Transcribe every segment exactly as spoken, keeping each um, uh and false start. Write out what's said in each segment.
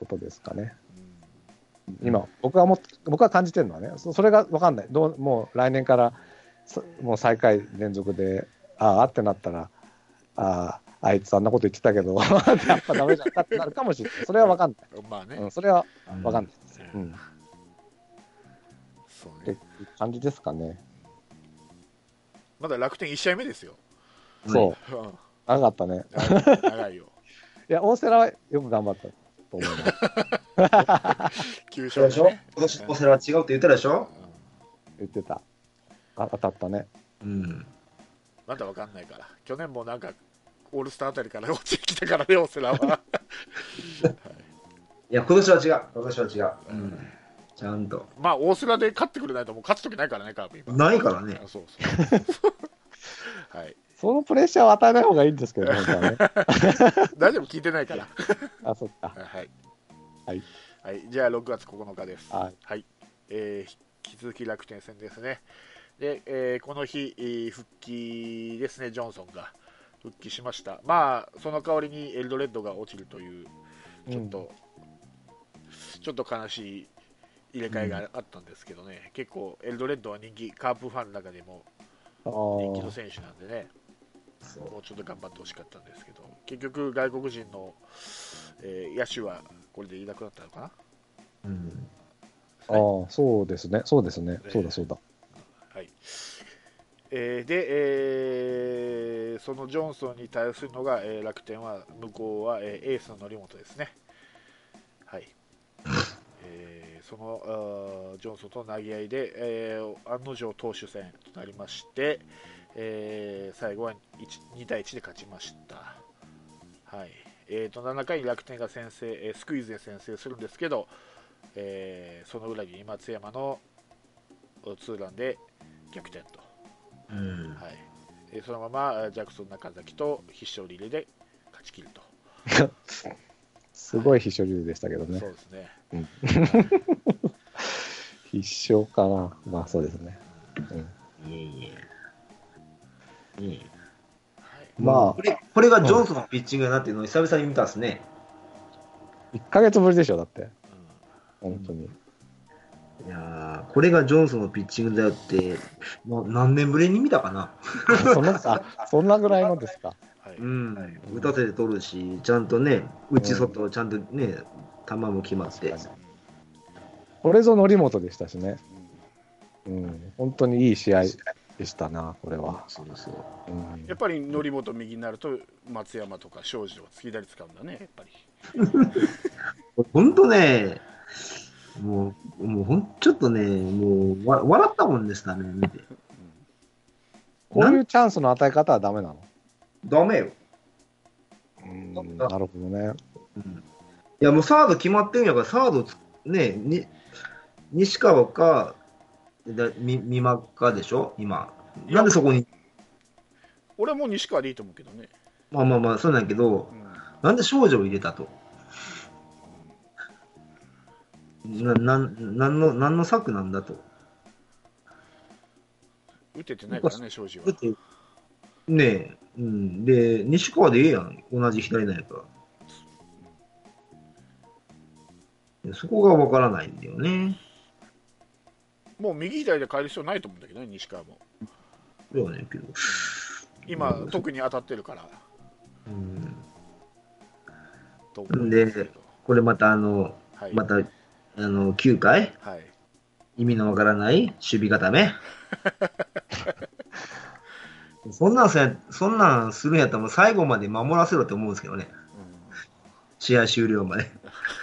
ことですかね。うん、今僕はも僕は感じてるのはね、そ, それが分かんない。どうもう来年からもう最下位連続でああってなったら、あああいつあんなこと言ってたけどやっぱダメじゃんかってなるかもしれない。それは分かんない。 まあね、 うん、それは分かんないです。うん。うん、 そうね。 って感じですかね。 まだ楽天いち試合目ですよ。 そう。うん、長かったね。 長いよ。 いや、大瀬良はよく頑張ったと思います。 きゅう勝でね。 今年大瀬良は違うって言ったでしょ、 うん、言ってた。あ、当たったね。 うん。 まだわかんないから。去年もなんか、オールスターあたりから落ちてきたからね、大瀬良は。はい、 いや、今年は違う。今年は違う。うん。ちゃんと。 まあ、大瀬良で勝ってくれないと、もう勝つときないからね、カープ今。 ないからね。 そうそうそうはい。 そのプレッシャーを与えない方がいいんですけどね、本当はね。 大丈夫、聞いてないから。 あ、そっか。 はい。 はい。 はい、じゃあ、ろくがつここのかです。 はい。 はい。えー、引き続き楽天戦ですね。で、えーこの日、えー復帰ですね、ジョンソンが復帰しました。まあ、その代わりにエルドレッドが落ちるという、ちょっと、うん、ちょっと悲しい入れ替えがあったんですけどね、うん、結構、エルドレッドは人気、カープファンの中でも人気の選手なんでね、もうちょっと頑張ってほしかったんですけど、結局、外国人の、えー野手はこれでいなくなったのかな。 うん。 ああ、そうですね、そうですね、そうだそうだ。 はい。えーで、えーそのジョンソンに対するのが、えー楽天は、向こうは、えーエースの則本ですね。はい。えーそのあージョンソンとの投げ合いで、えー案の定投手戦となりまして、えー最後はにたいいちで勝ちました。はい。えーとななかいに楽天が先制、えースクイズで先制するんですけど、えーその裏に松山のツーランで逆転と。 うん。 はい、えーそのままジャクソン中崎と必勝リレーで勝ち切ると。 すごい必勝リレーでしたけどね。 そうですね。 うん、必勝かな。まあそうですね。うん、いえいえ。いえ。まあこれ、これがジョンソンのピッチングだなっていうのを久々に見たんですね。 いっかげつぶりでしょ、だって。うん、本当に。 いやー、これがジョンソンのピッチングだよって、もう何年ぶりに見たかな。 そんなあそんなぐらいのですか。 はい、 うん、打たせて取るし、ちゃんとね、内外、ちゃんとね、球も決まって。 これぞ則本でしたしね。うん、本当にいい試合でしたな、これは。 そうそう、 うん、やっぱり則本右になると松山とか庄司とか突き左使うんだね、やっぱり。 本当ね、もう、もうほんちょっとね、もうわ笑ったもんでしたね、見て。 こういうチャンスの与え方はダメなの？ ダメよ。 うん、なるほどね。 うん、いや、もうサード決まってんやから、サードね、に西川か、美馬かでしょ、今。なんでそこに。 俺はもう西川でいいと思うけどね。 まあまあまあ、そうなんやけど、うん、なんで少女を入れたと。な、な、なんの、なんの策なんだと。 打ててないからね、庄司は。 ねえ、うん。で、西川でええやん。同じ左なんやから。そこがわからないんだよね。 もう右左で変える必要ないと思うんだけどね、西川も。 そうね、けど。 今、うん、特に当たってるから。 うん。で、これまたあの、はい、また、あの、きゅうかい、はい、意味のわからない守備固め。そんなんせ、そんなんするんやったらもう最後まで守らせろって思うんですけどね。うん、試合終了まで。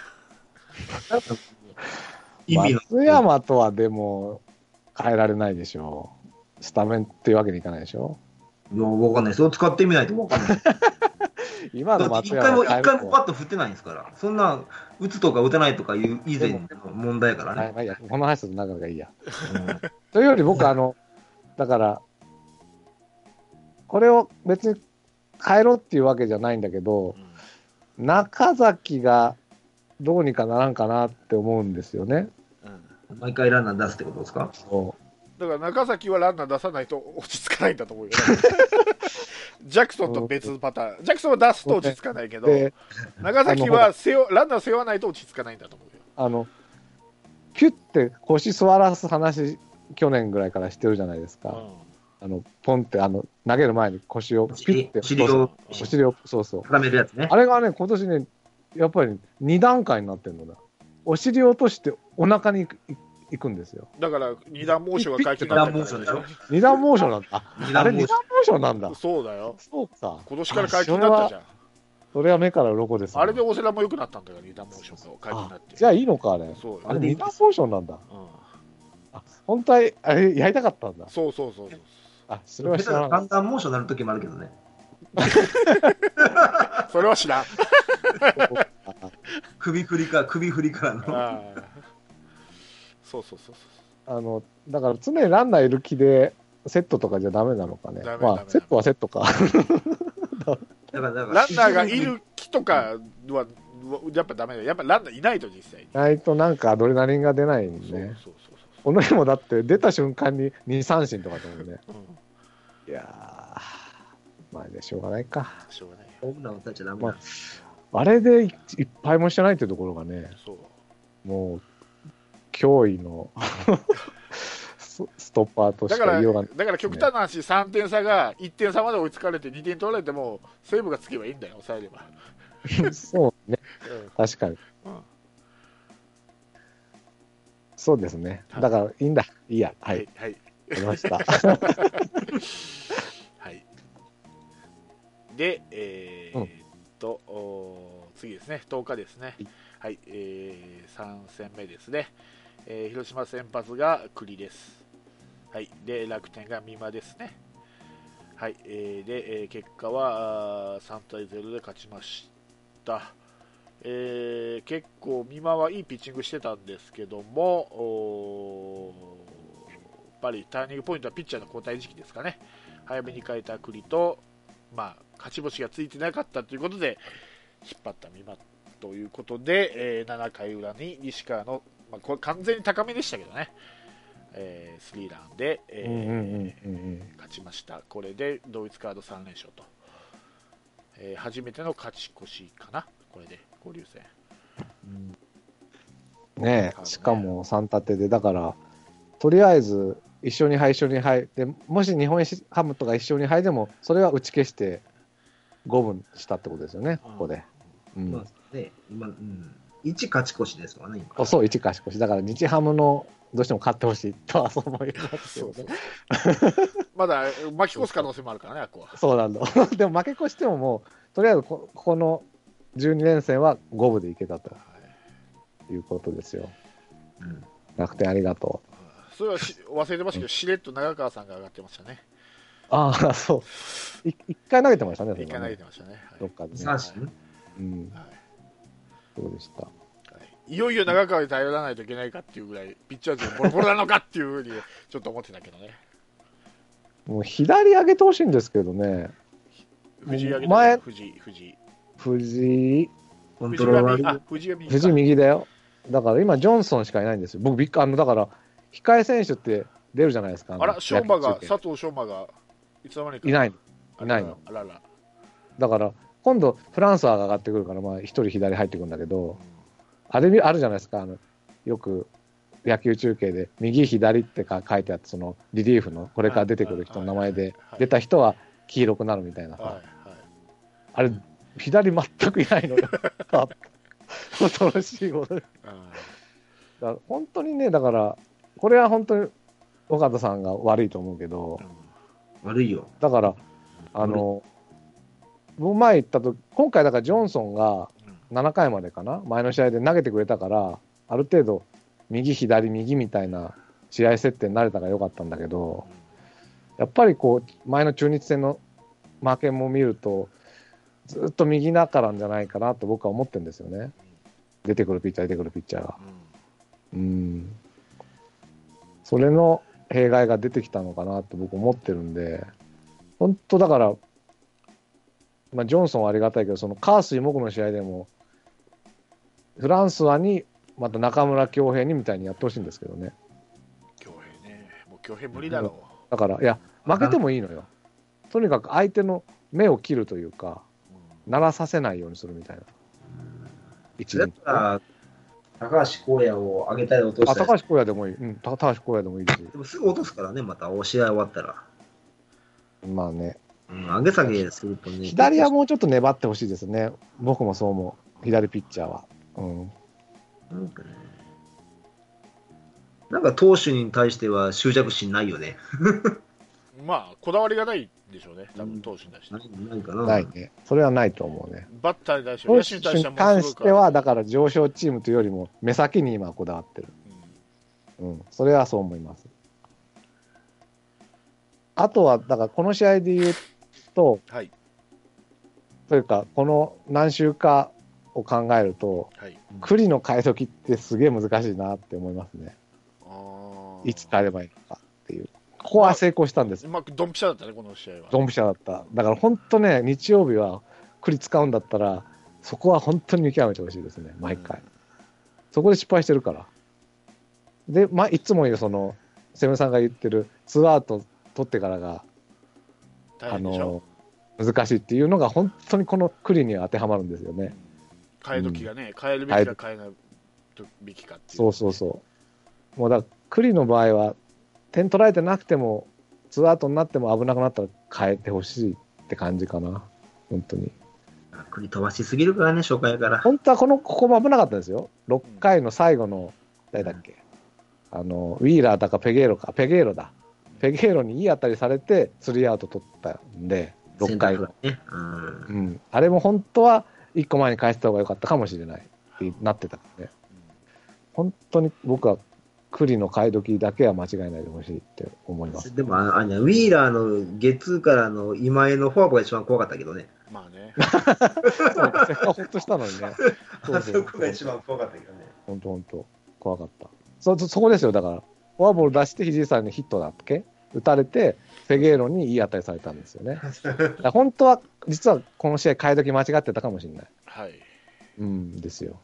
松山とはでも変えられないでしょう。スタメンっていうわけにいかないでしょ。 いや、わかんない。それを使ってみないとわかんない。 今の松山一回も一回もパッと振ってないんですから。そんな打つとか打たないとかいう以前の問題からね。 まあ、いや、この話すると長がいいや。うん、というより僕あのだからこれを別に変えろっていうわけじゃないんだけど、うん、中崎がどうにかならんかなって思うんですよね。 うん、毎回ランナー出すってことですか？ そうだから中崎はランナー出さないと落ち着かないんだと思うよジャクソンと別パターン、ジャクソンは出すと落ち着かないけど、長崎は背負ランナー背負わないと落ち着かないんだと思うよ。 あのキュッて腰座らす話、去年ぐらいからしてるじゃないですか。うん、あのポンってあの投げる前に腰をピュッて、 お尻を、 お尻を、そうそう。 固めるやつね。 あれがね、今年ね、やっぱりに段階になってるのだ。お尻を落としてお腹に行く行くんですよ。 だから二段モーションが解禁になったから、ね、 二段モーションでしょ。 二段モーションなんだ。あれ二段モーションなんだ。 そうだよ。 そうか。 今年から解禁になったじゃん。 それは目から鱗です、ね。 あれでオセラも良くなったんだから、二段モーションが解禁になって。 じゃあいいのか、あれ。そうあれ二段モーションなんだ。うん、あ、本当はあれやりたかったんだ。 そうそうそうそう。 あ、それは知らなかった。 三段モーションになる時もあるけどね。 それは知らん。 首振りか首振りからの。あそうそうそうそう。 あのだから常にランナーいる気でセットとかじゃダメなのかね。まあセットはセットか。 だからだからランナーがいる気とかはやっぱダメだよ。やっぱランナーいないと実際に。 ないとなんかアドレナリンが出ないんでね。そうそうそうそう。この日もだって出た瞬間にに三振とかと思うね。うん、いやー、まあでしょうがないか。 しょうがないよ。 ホームラン打たれちゃダメだ。まあ、あれでいっぱいもしてないっていうところがね。そう。もう。驚異のストッパーとして言いようがない、 ね、だから極端な話、さんてん差がいってん差まで追いつかれてにてん取られてもセーブがつけばいいんだよ、抑えればそうね、うん、確かに、うん、そうですね、だからいいんだ、いいや、はい、はい、ありましたはい。で、えー、っと、うん、次ですね、とおかですね、はい、えー、さん戦目ですね。えー、広島先発が栗です。はい、で楽天が美馬ですね。はい、えー、で、えー、結果はさんたいゼロで勝ちました。えー、結構美馬はいいピッチングしてたんですけども、やっぱりターニングポイントはピッチャーの交代時期ですかね。早めに変えた栗と、まあ、勝ち星がついてなかったということで引っ張った美馬ということで、えー、ななかい裏に西川の、まあ、これ完全に高めでしたけどね、えー、スリーランで、えーうんうんうんうん、勝ちました。これで同一カードさん連勝と、えー、初めての勝ち越しかな、これで交流戦、 うん、ねえ、しかもさん立てで、だからとりあえず一緒に敗一緒に敗で、もし日本ハムとか一緒に敗でもそれは打ち消してごぶんしたってことですよね、ここで。うん、 そうですね、今、うん、いち勝ち越しですわね、 今。そう、いち勝ち越し。だから日ハムのどうしても勝ってほしいとはそう思いますよね。 まだ巻き越す可能性もあるからね、あこは。 そうなんだ。でも負け越してももう、とりあえずこ、ここのじゅうに連戦はごぶでいけたということですよ。うん、楽天ありがとう。それはし忘れてましたけど、しれっと長川さんが上がってましたね。 ああ、そう。い一回投げてましたね。 一回投げてましたね。 どっかで、ね。 三振、 うん、はい。そうでした。 いよいよ長川に頼らないといけないかっていうぐらい、ピッチャー陣ボロボロなのかっていうふうにちょっと思ってたけどね。 もう左上げてほしいんですけどね。 藤井上げて藤井、藤井。 藤井。 コントロールあ、藤井は右か。 藤井右だよ。だから今、ジョンソンしかいないんですよ。僕、びっくり、あの、だから、控え選手って出るじゃないですか。 あら、昌磨が、佐藤昌磨が、いつの間にか。 いないの。いないの。 あらら。 だから、今度、フランスは上がってくるから、まあ、一人左入ってくるんだけど、うん、あれあるじゃないですか。あのよく野球中継で、右、左ってか書いてあって、そのリリーフの、これから出てくる人の名前で、出た人は黄色くなるみたいな。はいはい、あれ、左全くいないのよ。恐ろしいことで。だ本当にね、だから、これは本当に岡田さんが悪いと思うけど、 うん、悪いよ。 だから、あの、僕前言ったと今回だからジョンソンがななかいまでかな、前の試合で投げてくれたから、ある程度、右、左、右みたいな試合設定になれたからよかったんだけど、やっぱりこう、前の中日戦の負けも見ると、ずっと右だからんじゃないかなと僕は思ってるんですよね。出てくるピッチャー、出てくるピッチャーが。うん。それの弊害が出てきたのかなと僕思ってるんで、本当だから、まあ、ジョンソンはありがたいけど、そのカースイモクの試合でも、フランスはに、また中村恭平にみたいにやってほしいんですけどね。 恭平ね。もう恭平無理だろだから、いや、負けてもいいのよ。とにかく相手の目を切るというか、 う、 鳴らさせないようにするみたいな。一だっ日。 たら、高橋光也を上げたり落とあ、 したり。 高橋光也でもいい。うん、高橋光也でもいいし。 でもすぐ落とすからね、また、試合終わったら。 まあね。 うん、上げ下げするとね。 左はもうちょっと粘ってほしいですね。僕もそう思う。左ピッチャーは。うん。 なんかね、なんか投手に対しては執着心ないよね。 まあこだわりがないでしょうね、多分投手に対して、 ないないかな。 ないね。それはないと思うね。 バッターに対しても野投手手に対してはにものすごく関しては、だから上昇チームというよりも、目先に今こだわってる。 うんうん。それはそう思います。あとは、だからこの試合で言うと、 はいというか、この何週かを考えると、 はい、 栗の買い時ってすげえ難しいなって思いますね。 あーいつ買えばいいのかっていう。ここは成功したんです。 うまくドンピシャだったね、この試合は。 ドンピシャだった。だから本当ね、日曜日は栗使うんだったら、そこは本当に見極めてほしいですね、毎回。そこで失敗してるから。で、まあ、いつも言う、その、セムさんが言ってる、ツーアウト取ってからが、あ大変でしょの、難しいっていうのが、本当にこの栗には当てはまるんですよね。 変え時がね、変えるべきか変えないべきかっていう。 そうそうそう。もうだから、栗の場合は、点取られてなくても、ツーアウトになっても危なくなったら変えてほしいって感じかな。本当に。 栗飛ばしすぎるからね、初回から。 本当はこの、ここも危なかったですよ。ろっかいの最後の、誰だっけ、あの、ウィーラーだかペゲーロか、ペゲーロだ。ペゲーロにいい当たりされて、スリーアウト取ったんで、ろっかいの。 ね。うん。 うん。あれも本当はいっこまえに返した方が良かったかもしれないってなってたからね。本当に僕は栗の買い時だけは間違えないでほしいって思います。 でもあ、あのウィーラーのゲッツーからの今江のフォアボールが一番怖かったけどね。 まあね。 そうか、せっかくほっとしたのにね。 あそこが一番怖かったけどね。 本当本当怖かった。そ、そそこですよ、だから。フォアボール出して、肘井さんにヒットだっけ打たれて、ペゲーロにいい当たりされたんですよね。だから本当は、実はこの試合、買い時間違ってたかもしれない。 はい。 うんですよ。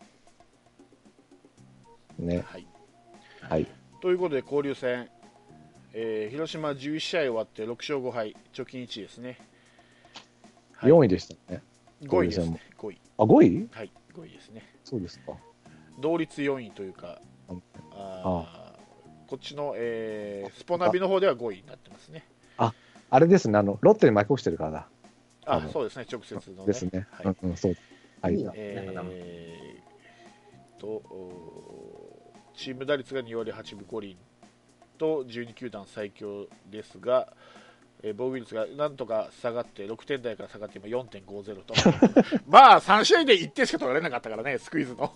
ね。 はい。 はい。 ということで、交流戦、えー広島じゅういち試合終わってろく勝ご敗、貯金いちですね。はい、 よんいでしたね。 ごいですね。ごい。 あ、ごいはい、ごいですね。 そうですか。 同率よんいというか、 うんあーこっちの、えースポナビの方ではごいになってますね。 あれですね、あの、ロッテに負け越してるからだ。 ああのそうですね、直接のね。 ですね。 はいうんうん、そう。はいい。 いよえーとおーチーム打率がに割はちぶご厘とじゅうに球団最強ですが、えー防御率がなんとか下がってろくてん台から下がって今 よんてんごゼロ とまあさん試合でいってんしか取られなかったからね、スクイズの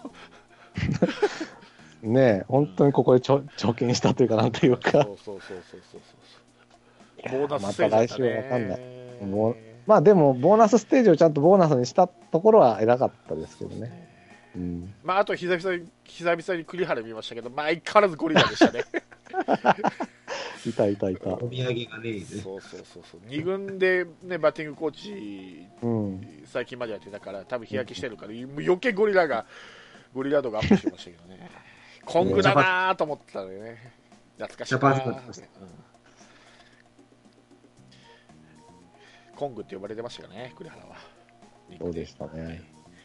ねえ、本当にここでちょ貯金したというか、なんというか。 そうそうそうそうそうそうボーナスステージだったね。 また来週はわかんないもうまあでも、ボーナスステージをちゃんとボーナスにしたところは偉かったですけどね。うん、 まああと久々に久々に栗原見ましたけど、まあ相変わらずゴリラでしたねいたいたいた。 お土産がね、 そうそうそうそうに軍で、ね、バッティングコーチうん。 最近までやってたから多分日焼けしてるから余計ゴリラがゴリラ度がアップしてましたけどねコングだなと思ってたのでね、懐かしいなジャパンスポーツうんコングって呼ばれてましたよね、栗原は。 そうでしたね。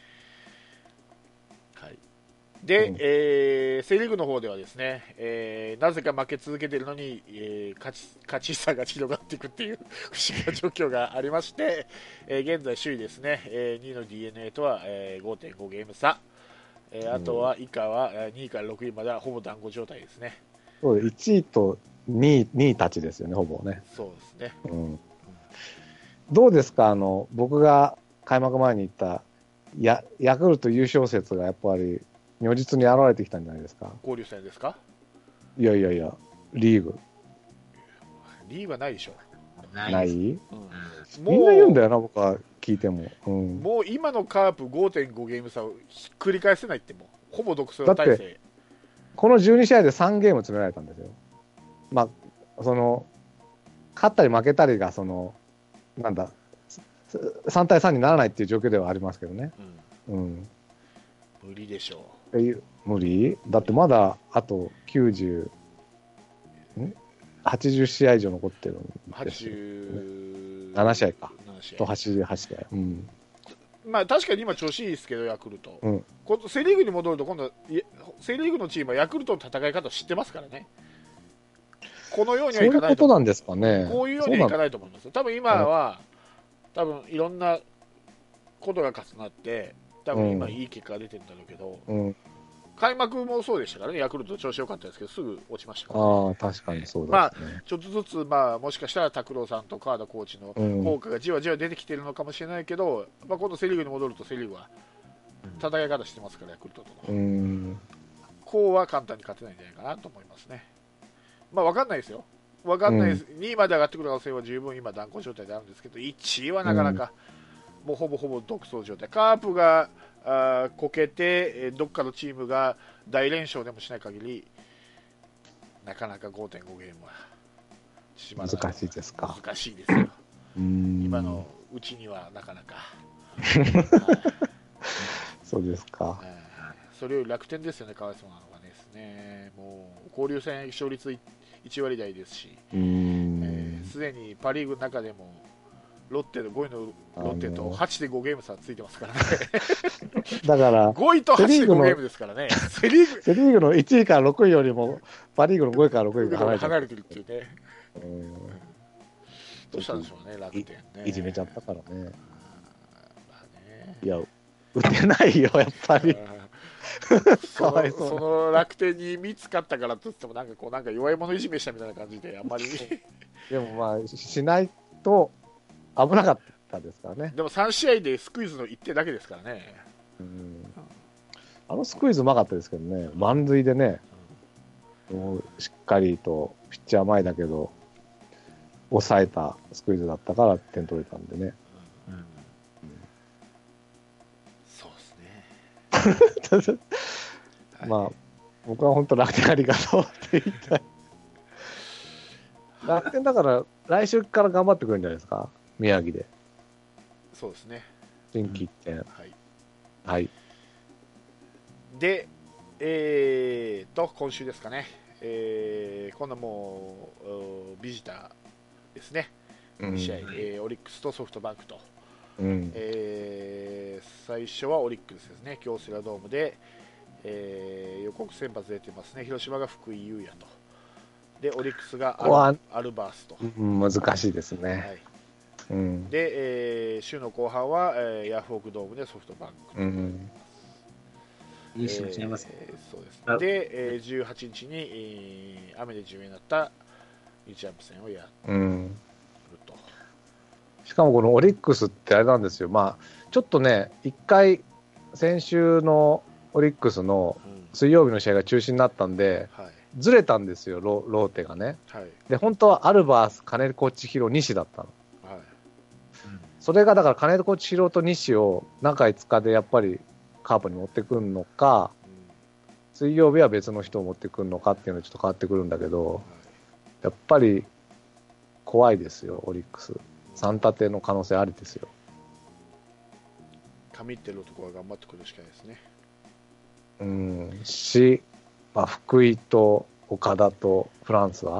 はい、で、 うんえーセ・リーグの方ではですね、えーなぜか負け続けているのに、えー勝ち勝ち差が広がっていくっていう不思議な状況がありまして、えー現在首位ですね、えーにいの ディーエヌエー とは、えーごてんご ゲーム差、えーあとは以下はえーにいからろくいまではほぼ団子状態ですね。 そうでいちいとにい、にいたちですよね、ほぼね。 そうですね。 うん。どうですか、あの、僕が開幕前に言ったヤ、ヤクルト優勝説がやっぱり如実に現れてきたんじゃないですか。 交流戦ですか？ いやいやいや、リーグ。 リーグはないでしょ。 ないです。 うんみんな言うんだよな、僕は聞いても。うん。 もう今のカープ ごてんご ゲーム差をひっくり返せないってもうほぼ独走体制。 このじゅうに試合でさんゲーム詰められたんですよ。まあ、その、勝ったり負けたりが、その、なんだ、さんたいさんにならないっていう状況ではありますけどね。 うんうん。 無理でしょっていう無理だってまだあときゅうじゅう、んはちじゅうしあい以上残ってるんですよ、ね。 はちじゅうななしあいか。 なな試合とはちじゅうはちしあい。うん。 まあ確かに今調子いいですけどヤクルト、 うん、 今度セ・リーグに戻ると今度セ・リーグのチームはヤクルトの戦い方を知ってますからね。このようにはいかないと。 そういうことなんですかね。 こういうようにはいかないと思います。多分今は多分いろんなことが重なって多分今いい結果が出てるんだろうけど、 うん、 開幕もそうでしたからね。ヤクルト調子良かったですけどすぐ落ちましたから、ね、 ああ確かにそうですね。 まあちょっとずつまあもしかしたら拓郎さんと川田コーチの効果がじわじわ出てきているのかもしれないけど、うん、まあ、今度セ・リーグに戻るとセ・リーグは戦い方してますからヤクルトとの、うん、こうは簡単に勝てないんじゃないかなと思いますね。まあ分かんないですよ。分かんないです、うん、にいまで上がってくる可能性は十分今断交状態であるんですけどいちいはなかなか、うん、もうほぼほぼ独走状態。カープがあこけてどっかのチームが大連勝でもしない限りなかなか ごてんご ゲームは縮まらない。 難しいですか。 難しいですよ。 うん今のうちにはなかなかそうですか。 それより楽天ですよね。かわいそうなのがですね、もう交流戦勝率いちわり台ですし、すで、えー、にパ・リーグの中でもロッテのごいのロッテと はちてんご ゲーム差ついてますからね。 だからごいと はちてんご ゲームですからね。セリーグセリーグのいちいからろくいよりもパ・リーグのごいからろくいが離れてる離れてるっていうね。うんどうしたんでしょうね、楽天ね。 いじめちゃったからね。まあね、 いや打てないよやっぱり。 そのその楽天に見つかったからといってもなんかこうなんか弱い者いじめしたみたいな感じであんまりでもまあしないと危なかったですからね。 でもさん試合でスクイズのいってんだけですからね。 うん、あのスクイズうまかったですけどね、満塁でね、うん、もうしっかりとピッチャー前だけど抑えたスクイズだったから点取れたんでね。うんうん、 そうですね。 まあ僕は本当楽天ありがとうって言いたい。楽天だから来週から頑張ってくるんじゃないですか、宮城で。 そうですね。 新規一点、うん、はい、はい、 で、えーと今週ですかね、えー、今度はもうビジターですね、うん、に試合、えー、オリックスとソフトバンクと、うんえー、最初はオリックスですね、京セラドームで、えー、予告先発出てますね、広島が福井優也と、でオリックスがア ル, アルバースと、 うん、難しいですね、はいうん、 で、えー、週の後半は、えー、ヤフオクドームでソフトバンクと、うんいい試合違いますね、 えー、そうですねで、えー、じゅうはちにちに、えー、雨で順延になった日ハム戦をやると、うん、 しかもこのオリックスってあれなんですよ、まあ、ちょっとね一回先週のオリックスの水曜日の試合が中止になったんで、うんはい、ずれたんですよ ロ, ローテがね、はい、で本当はアルバース、金子千尋、西だったの、はいうん、それがだから金子千尋と西を中いつかでやっぱりカープに持ってくるのか、うん、水曜日は別の人を持ってくるのかっていうのはちょっと変わってくるんだけど、はい、やっぱり怖いですよオリックス、さん立ての可能性ありですよ。 神ってる男は頑張ってくるしかないですね。 うんし、まあ、福井と岡田とフランスは、うん、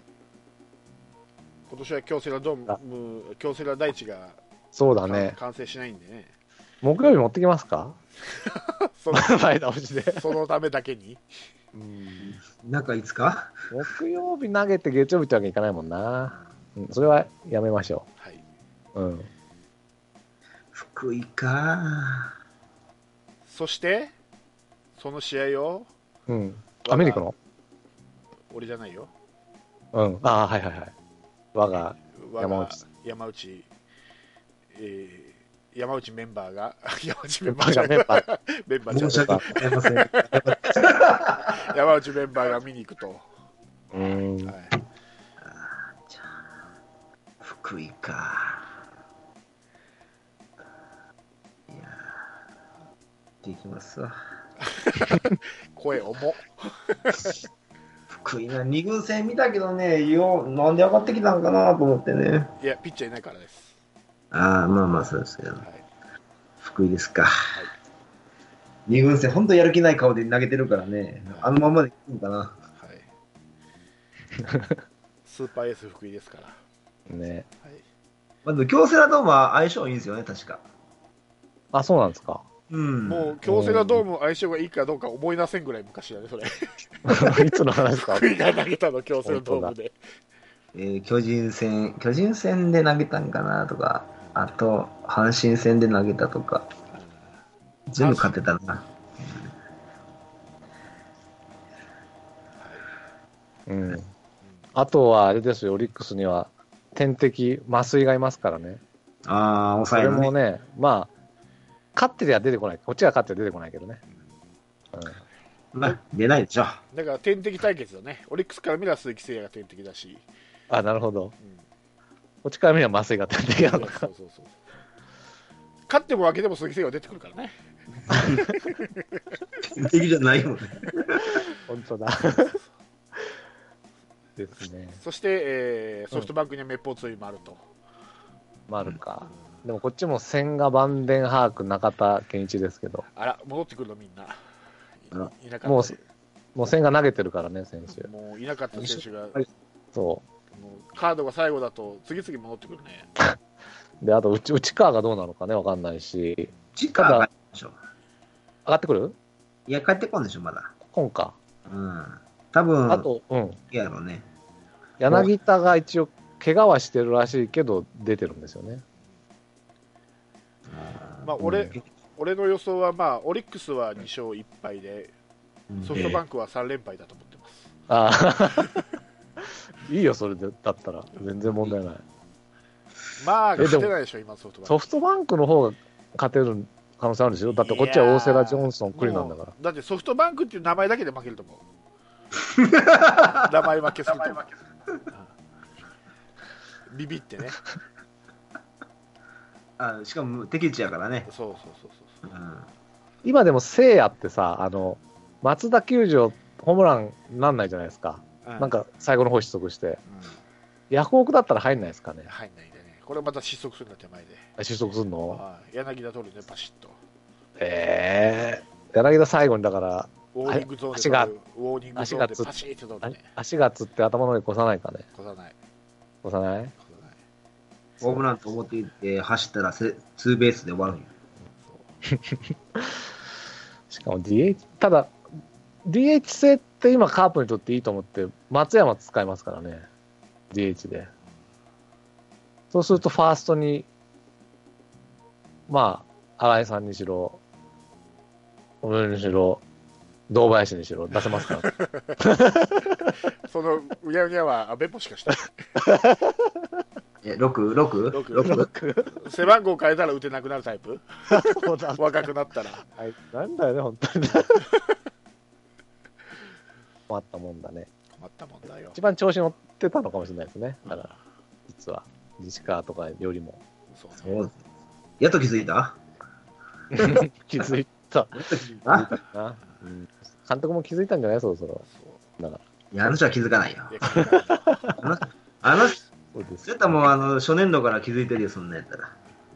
今年は京セラドーム、京セラ大地がそうだね完成しないんでね。 木曜日持ってきますかその前倒しでそのためだけにうん中いつか木曜日投げて月曜日ってわけにいかないもんな、うん、それはやめましょう、はいうん、 福井か。 そしてその試合を、 うん、アメリカの俺じゃないよ、 うんああはいはいはい我が山内山内、えー山内メンバーが山内メンバーがメンバーメンバー申し訳ございません山内メンバーが見に行くとうん、はい、 あじゃあ福井か。いやできますわ声重っ福井なに軍戦見たけどねよなんで上がってきたんかなと思ってね。 いやピッチャーいないからです。 ああまあまあそうですけど、はい、福井ですか、はい、に軍戦本当やる気ない顔で投げてるからね、はい、あのままでいいのかな、はスーパーエース福井ですから。 ね。 はい、 まず京セラドームは相性いいんですよね、確か。 あ、そうなんですか。 うん。 もう京セラドーム相性がいいかどうか思い出せんぐらい昔だね、それ。 いつの話ですか。 福井が投げたの、京セラドームで。 えー巨人戦、巨人戦で投げたんかなとか、あと、阪神戦で投げたとか、全部勝ってたな。 うん。あとはあれですよ、オリックスには天敵、増井がいますからね。 ああ、 そ抑えるね。 れもね、まあ、勝ってりゃ出てこない。こっちが勝ってりゃ出てこないけどね。うん、 まあ、出ないでしょ。 だから天敵対決だね。オリックスから見れば鈴木誠也が天敵だし。 あ、なるほど。 うん、 こっちから見れば増井が天敵なのか。 そうそうそう。勝っても負けても鈴木誠也は出てくるからね。 天敵じゃないもんね。 本当だ。ですね。 そして、えーソフトバンクには滅法ツーもあると。 丸か。でもこっちも千賀、バンデンハーク、中田健一ですけど、 あら、戻ってくるのみんな。 あいいなかったもうもう千賀投げてるからね、選手。 もういなかった選手が、もそうカードが最後だと次々戻ってくるね。 う。で、あと内、内川がどうなのかね、わかんないし、 時間がでしょ。 上がってくるいや、帰ってこんでしょ、まだ。 今か。 うん。多分、 あと、うん。 やろうね。 柳田が一応、怪我はしてるらしいけど、出てるんですよね。 まあ、俺、 うん俺の予想は、まあ、オリックスはに勝いっ敗で、ソフトバンクはさん連敗だと思ってます。 ああ。いいよ、それで、だったら。全然問題ない。 まあ、 えでも勝てないでしょ、今、ソフトバンク。 ソフトバンクの方が勝てる可能性あるでしょ。だってこっちは大瀬良、ジョンソン、クリなんだから。 だってソフトバンクっていう名前だけで負けると思う。名前負けすると思う。うんビビってね。 あしかも敵地やからね。 そうそうそうそう。 うん今でも聖夜ってさ、あの、松田球場、ホームランなんないじゃないですか。 うんなんか最後の方失速して。 うんヤフオクだったら入んないですかね。 入んないでね。これまた失速するんだ、手前で。 失速するのはい柳田取るね、パシッと。 ええー。柳田最後にだから、 ウォーニングゾーンで足が取るウォーニングゾーンでパシッと取るね。 足がつって頭の上越さないかね。 越さない。 越さない越さない。 ホームランと思っていって走ったらせツーベースで終わるんよ。 しかも ディーエイチ、ただ、ディーエイチ 制って今カープにとっていいと思って、松山使いますからね。ディーエイチ で。そうするとファーストに、まあ、新井さんにしろ、俺にしろ、堂林にしろ出せますから。 そのうやうやは安倍もしかしたらえ、ろく、ろく、 ろくろく、 背番号変えたら打てなくなるタイプそうだ若くなったら。 はい、なんだよね、本当に。困ったもんだね。 困ったもんだよ。 一番調子乗ってたのかもしれないですね。だから、実は、西川とかよりも。 そうねそうやっと気づいた気づいた。 やっと気づいたな、うん、監督も気づいたんじゃないそろそろ。だから。 いや、あの人は気づかないよ。 いや気づかないあのあの人、 そうですそうやったらもうあの初年度から気づいてるよ、そんなんやったら。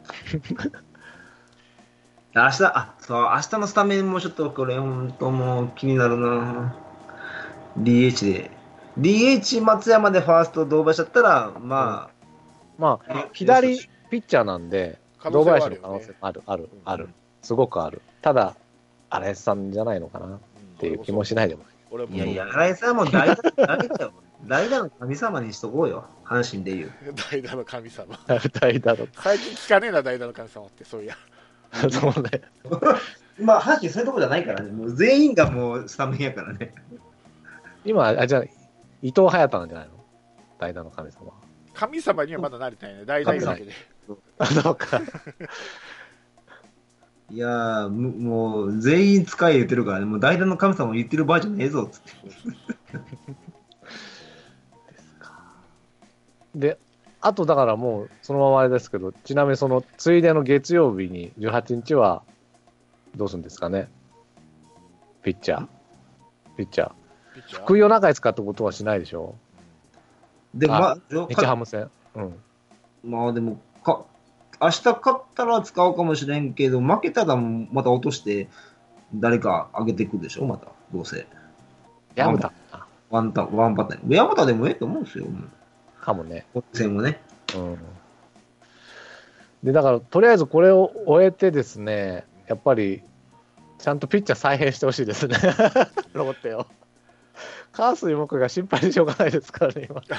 明日、あ、そう、明日のスタメンもちょっとこれ、本当もう気になるな。ディーエイチ で。ディーエイチ 松山でファースト堂林だったら、ままあ、 あ、左ピッチャーなんで、堂可能性はあ林るよねの可能性もある、ある、 うんある。すごくある。ただ、荒井さんじゃないのかなっていう気もしないでもない。 俺もいやいや、新井さんも代打、代打よ。代打の神様にしとこうよ。阪神で言う。 代打の神様。 代打の。 最近聞かねえな、代打の神様って、そういや。 そうね。 まあ、阪神そういうとこじゃないからね。もう全員がもうスタメンやからね。 今、あ、じゃあ、伊藤隼太なんじゃないの代打の神様。 神様にはまだなれてないね、代打いるだけで。 あ、そうか。 いやー、むもう全員使い言ってるからね。もう代打の神様言ってる場合じゃねえぞっつって。 で、あとだからもう、そのままあれですけど、ちなみにその、ついでの月曜日に、じゅうはちにちは、どうするんですかねピッチャー。ピッチャー。 ピッチャー福井を中に使ったことはしないでしょで、まああ、 日ハム戦。うん。 まあでもか、明日勝ったら使うかもしれんけど、負けたらまた落として、誰か上げていくでしょ、また、どうせ。 やむだ。 ワンタワンパターン。山田でもええと思うんですよ。 かもね。 戦もね。 うん。で、だから、とりあえずこれを終えてですね、やっぱり、ちゃんとピッチャー再編してほしいですね。ロッテを。カースイ僕が心配でしょうがないですからね、今。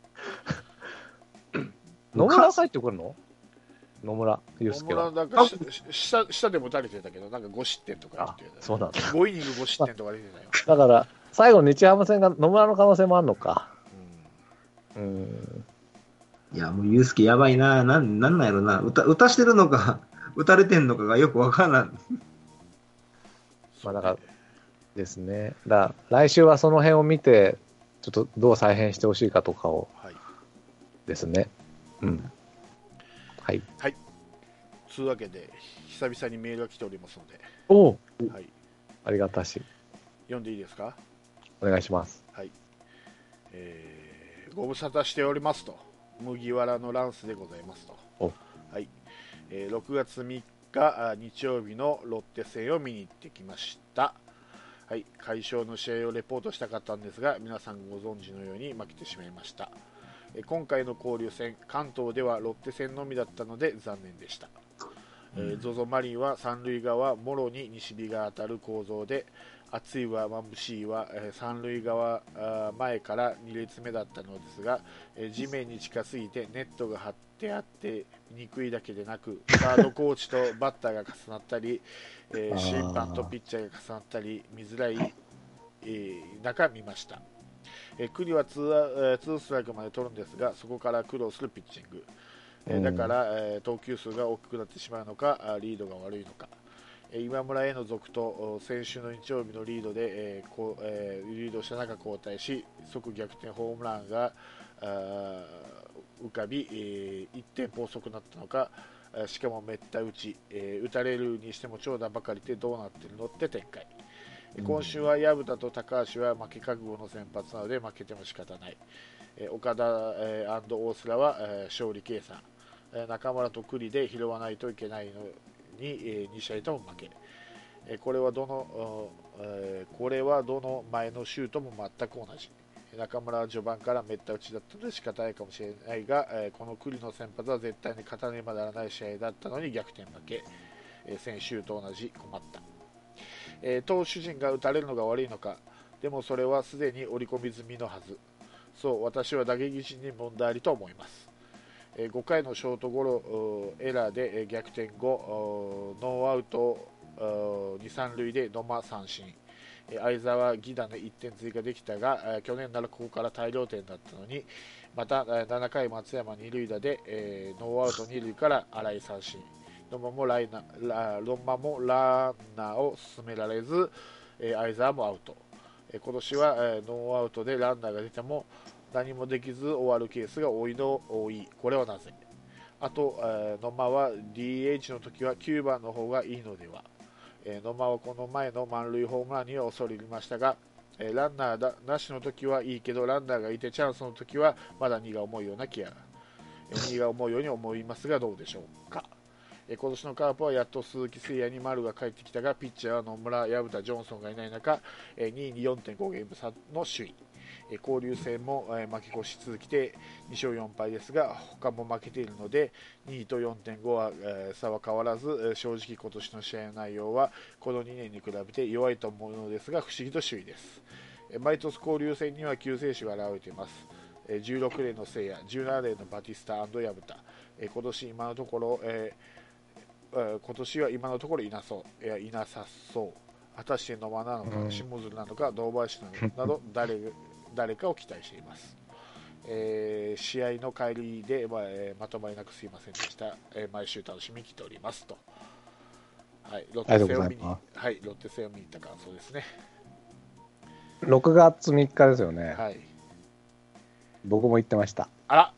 野村帰ってくるの？野村祐野介は。 村なんかし下下でも打たれてたけど、なんかご失点とかあ言ってた。 そうなんだ。 ごイニングご失点とか出てたよ。 だから、最後、日ハム戦が野村の可能性もあるのか。 ううん。 いや、もうユースケやばいな。なん、なんなんやろな。打た、打たしてるのか、打たれてんのかがよくわからん。 まあ、だからですね。だから来週はその辺を見て、ちょっとどう再編してほしいかとかをん、はい。 ですね。うん。はい。 はい。というわけで、久々にメールが来ておりますので、 おお、 はい。 ありがたし。 読んでいいですか？ お願いします。 はい。えーご無沙汰しておりますと。麦わらのランスでございますと。 おはい。えーろくがつみっかあ日曜日のロッテ戦を見に行ってきました。はい。快勝の試合をレポートしたかったんですが、皆さんご存知のように負けてしまいました。えー今回の交流戦、関東ではロッテ戦のみだったので残念でした。えー、ゾゾマリンは三塁側もろに西日が当たる構造で、暑いは眩しいは、えー三塁側あー前からに列目だったのですが、えー地面に近すぎてネットが張ってあって見にくいだけでなく、サードコーチとバッターが重なったり、えーあー審判とピッチャーが重なったり見づらい、えー中見ました。えー、九里はツーア、えーツーストライクまで取るんですが、そこから苦労するピッチング、えーだから、えー投球数が大きくなってしまうのか、あリードが悪いのか、えー今村への続投、先週の日曜日のリードで、えーこうえーリードした中交代し、即逆転ホームランがあー浮かび、えーいってん高速になったのか、あーしかもめった打ち、えー打たれるにしても長打ばかりでどうなってるのって展開。今週は薮田と高橋は負け覚悟の先発なので負けても仕方ない。えー岡田、えー、大須は、えー勝利計算。えー中村と九里で拾わないといけないのに、えーに試合とも負け。えーこれはどの、えーこれはどの前の週とも全く同じ。中村は序盤からめった打ちだったので仕方ないかもしれないが、えーこの九里の先発は絶対に勝たねばならない試合だったのに逆転負け。えー先週と同じ困った。えー投手陣が打たれるのが悪いのか、でもそれはすでに織り込み済みのはず。そう、私は打撃陣に問題ありと思います。えーごかいのショートゴロエラーで、えー逆転後、ノーアウトに、さん塁で野間三振。えー相澤、犠打でいってん追加できたが、えー去年ならここから大量点だったのに、また、えーななかい松山に塁打で、えーノーアウトに塁から新井三振。野間もライナラ野間もランナーを進められず、えー相澤もアウト。えー今年は、えーノーアウトでランナーが出ても何もできず終わるケースが多いの多い。これはなぜ？あと、えー野間は ディーエイチ の時はきゅうばんの方がいいのでは。えー野間はこの前の満塁ホームランには恐れ入りましたが、えーランナーだなしの時はいいけど、ランナーがいてチャンスの時はまだにが重いような気が、えーにが重いように思いますがどうでしょうか。えー今年のカープはやっと鈴木誠也に丸が帰ってきたが、ピッチャーは野村、薮田、ジョンソンがいない中、えーにいに よんてんご ゲーム差の首位。えー交流戦も、えー負け越し続きでにしょうよんぱいですが、他も負けているのでにいと よんてんご は、えー差は変わらず、えー正直今年の試合内容はこのにねんに比べて弱いと思うのですが、不思議と首位です。えー毎年交流戦には救世主が現れています。えーじゅうろくねんの誠也、じゅうななねんのバティスタ薮田、えー今年今のところ、えー今年は今のところいなそういやいなさそう。果たして野間なのか、 うん下鶴なのか、堂林なのかなど誰誰かを期待しています。えー試合の帰りで、まあえーまとまりなくすいませんでした。えー毎週楽しみに来ておりますと。はい、ロッテ戦を見に、はい、ロッテ戦を見に行った感想ですね。 ろくがつみっかですよね。 はい。 僕も行ってました。 あら。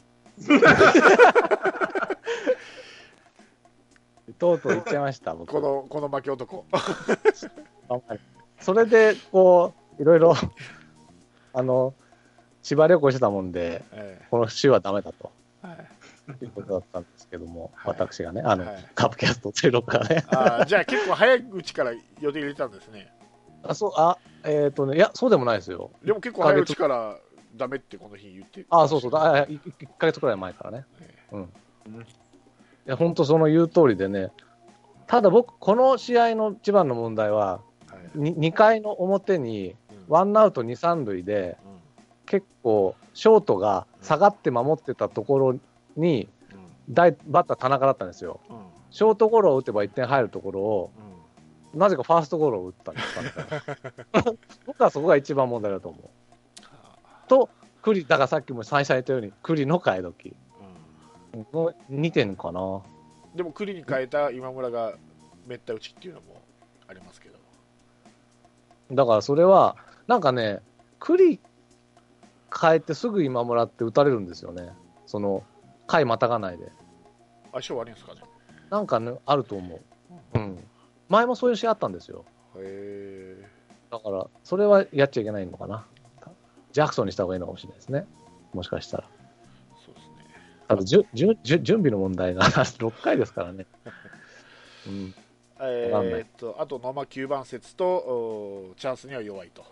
とうとう行っちゃいました。僕このこの負け男。 それでこういろいろあの千葉旅行してたもんで、 えこの週はダメだと。 ーはいいうことだったんですけども、 はい私がね、あの、 はいカープキャストゼロがね。 あーじゃあ結構早いうちから予定入れたんですね。 あ、そう、あ、えっ、とね、いや、そうでもないですよ。 でも結構早いうちからダメってこの日言ってああ、そうそう、だいっかげつくらい前からね。 えうん。いや、本当その言う通りでね、ただ僕、この試合の一番の問題は、 はい、 ににかいの表に、 うんワンアウトに、さん塁で、 うん結構、ショートが下がって守ってたところに、大バッター田中だったんですよ。 うんうんショートゴロを打てばいってん入るところを、 うんなぜかファーストゴロを打ったんですかね。僕はそこが一番問題だと思う。と、栗、だからさっきも最初に言ったように、栗の替え時。 うんのにてんかな。 でも栗に変えた今村がめった打ちっていうのもありますけど、 だからそれは、なんかね、栗変えてすぐ今村って打たれるんですよね。その、回またがないで。 相性悪いんですかね。 なんかね、あると思う。うん。前もそういう試合あったんですよ。 へえ。 だから、それはやっちゃいけないのかな。ジャクソンにした方がいいのかもしれないですね。もしかしたら。 そうですね。 あとじゅじゅじゅ準備の問題がろっかいですからね。うん、 えわかんないーっとあと野間きゅうばん説とおチャンスには弱いと。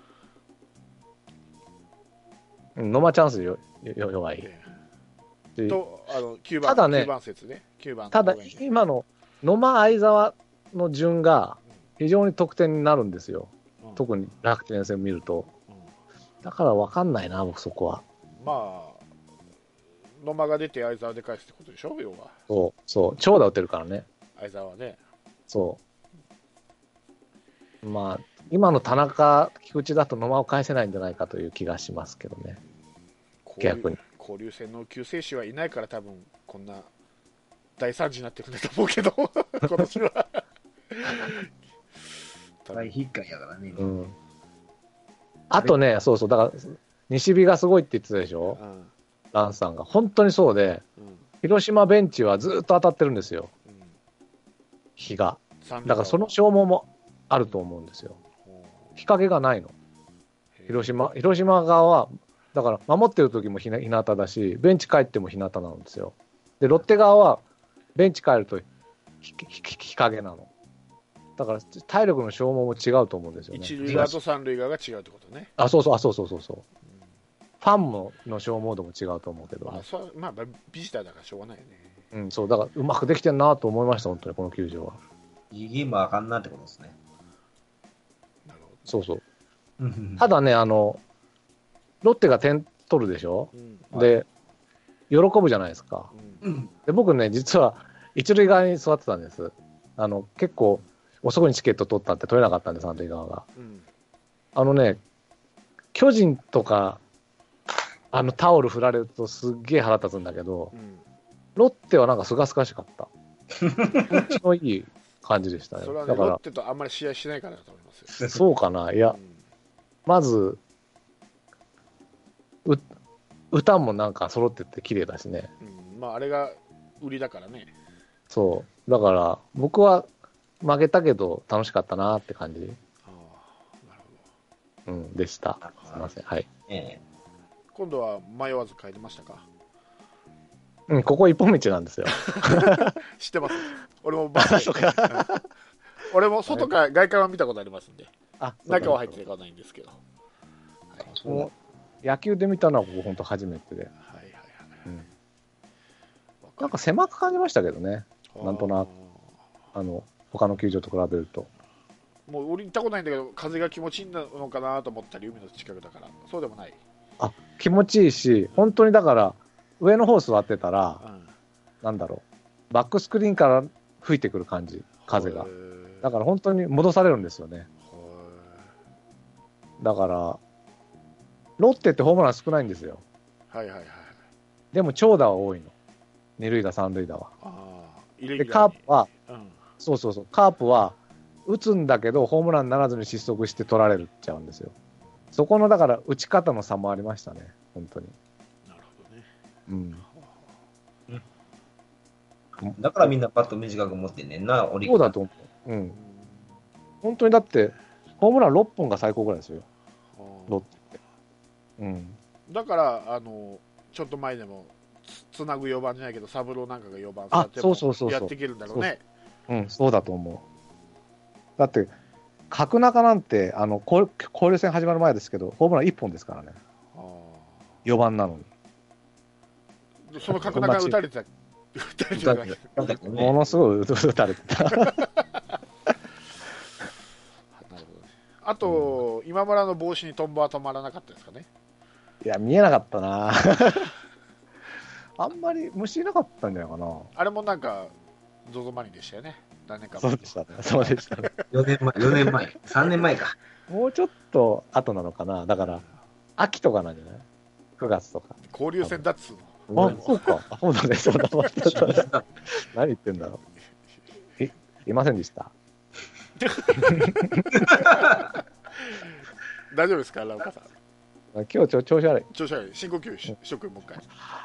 うん野間チャンスよよ弱い。 えーとあのきゅうばんただねきゅうばん説ね。きゅうばんただの方がいいね今の野間相澤の順が非常に得点になるんですよ。 うん特に楽天戦見ると。 うんだから分かんないな、僕そこは。 まあ野間が出て相澤で返すってことでしょ、要は。 そうそう長打打てるからね。 相澤はね。 そうまあ今の田中菊池だと野間を返せないんじゃないかという気がしますけどね。 交流逆に交流戦の救世主はいないから多分こんな大惨事になってくるんだと思うけど今年は多分大引っかいやからね。 うんあとね、そうそう、だから、西日がすごいって言ってたでしょ、 うんランさんが。本当にそうで、 うん広島ベンチはずっと当たってるんですよ、 うん日が。 三塁だからその消耗もあると思うんですよ。 ほ日陰がないの、 う広島。広島側は、だから守ってる時も日な日向だし、ベンチ帰っても日向なんですよ。で、ロッテ側は、ベンチ帰ると日日日陰なの。だから体力の消耗も違うと思うんですよね。 一塁側と三塁側が違うってことね。 あ、そうそう、あ、そうそうそうそう。ファンもの消耗度も違うと思うけど、 まあ、そうまあビジターだからしょうがないよね。 うん、そう、だからうまくできてるなと思いました、本当に、この球場は。 いいゲームはあかんなってことですね。 なるほど。 そうそう。 うんただね、あの、ロッテが点取るでしょ、 うんで、喜ぶじゃないですか。 うんうんで、僕ね、実は一塁側に座ってたんです。あの、結構、遅くにチケット取ったって取れなかったんで、三塁側が。 うんあのね、巨人とか、あのタオル振られるとすっげえ腹立つんだけど、 うんロッテはなんかすがすがしかった。気持ちのいい感じでしたね。 それはね、 だから、 ロッテとあんまり試合しないからだと思いますよ。 そうかな。いや、まず、う歌もなんか揃ってて綺麗だしね。 うんうんまあ、あれが売りだからね。 そう。だから、僕は負けたけど楽しかったなって感じ、 ああなるほど。 うん、でした。すみません。はい。 え今度は迷わず帰りましたか？ うん、ここ一本道なんですよ。 知ってます。俺もバスで、うん俺も外から外観は見たことありますんで、 あ、 中は入っていかないんですけど。はいもう野球で見たのはここ本当初めてで。 はいはいうんなんか狭く感じましたけどね。 はい。 なんとなくあの、他の球場と比べると。 もう俺行ったことないんだけど、風が気持ちいいのかなと思ったり、海の近くだから、そうでもない。 あ、気持ちいいし、本当にだから、上の方座ってたら、 うんなんだろう、バックスクリーンから吹いてくる感じ、風がへ。ーだから本当に戻されるんですよね。 へだから、ロッテってホームラン少ないんですよ。 ーはいはいはい。 でも長打は多いの。二塁打、三塁打は。 ああ、イレギで、 ュラーにカープは、 うんそうそうそう、カープは、打つんだけど、ホームランにならずに失速して取られるっちゃうんですよ。そこの、だから、打ち方の差もありましたね、本当に。 なるほどね。 うん。 えだからみんなパッと短く持ってんねんな、オリックス。 そうだと思う。うん。本当にだって、ホームランろっぽんが最高ぐらいですよ、ロッテって。うん。 だからあのちょっと前でもつつなぐよばんじゃないけど、サブローなんかがよばんあさってそうそうそうそうやっていけるんだろうね。 うん、そうだと思う。だって、角中なんて、あの、交交流戦始まる前ですけど、ホームランいっぽんですからね。 あよばんなのに。 その角中打たれてた、打たれてただけ。 なんだっけねものすごい打たれてた。 なるほどね。あと、今村の帽子にトンボは止まらなかったですかね。 いや、見えなかったな。あんまり虫いなかったんじゃないかな。 あれもなんか、ゾゾマリンでしたよね。何年か前そうでしたね。そうでしたね。 よねんまえ、よねんまえ、さんねんまえか。 もうちょっと後なのかな。だから、秋とかなんじゃない ?く 月とか。 交流戦だっつうの。 あ、そうか。あそうだね。そうだ。待ってた何言ってんだろう。え、いませんでした。 大丈夫ですか、ラウカさん。 今日ちょ調子悪い。 調子悪い。深呼吸ししとく、もう一回。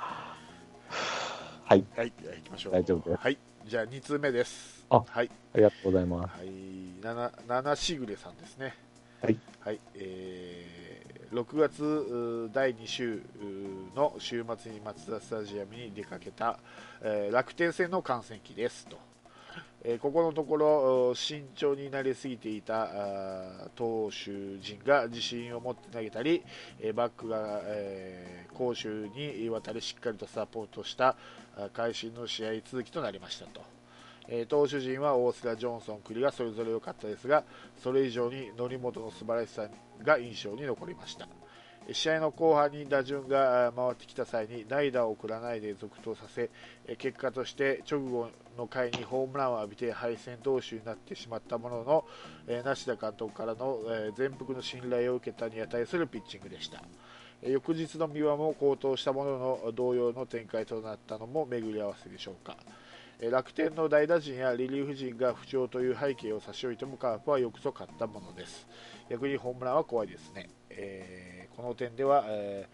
はい。 はい、じゃあ行きましょう。 大丈夫です。 はい、じゃあに通目です。 あはい。 ありがとうございます。 はい、なな、ななしぐれさんですね。 はい。 はい、えー、ろくがつうだいに週うの週末にマツダスタジアムに出かけた、えー楽天戦の観戦記ですと。えーここのところ慎重になりすぎていたあー投手陣が自信を持って投げたり、えーバックが、えー攻守にわたりしっかりとサポートしたあ会心の試合続きとなりましたと。えー投手陣は大瀬良、ジョンソン、栗がそれぞれ良かったですが、それ以上に則本の素晴らしさが印象に残りました。えー試合の後半に打順があー回ってきた際に代打を送らないで続投させ、えー結果として直後の回にホームランを浴びて敗戦投手になってしまったものの、えー梨田監督からの、えー全幅の信頼を受けたに値するピッチングでした。えー翌日の三輪も好投したものの同様の展開となったのも巡り合わせでしょうか。えー楽天の代打陣やリリーフ陣が不調という背景を差し置いてもカープはよくぞ勝ったものです。逆にホームランは怖いですね。えーこの点では、え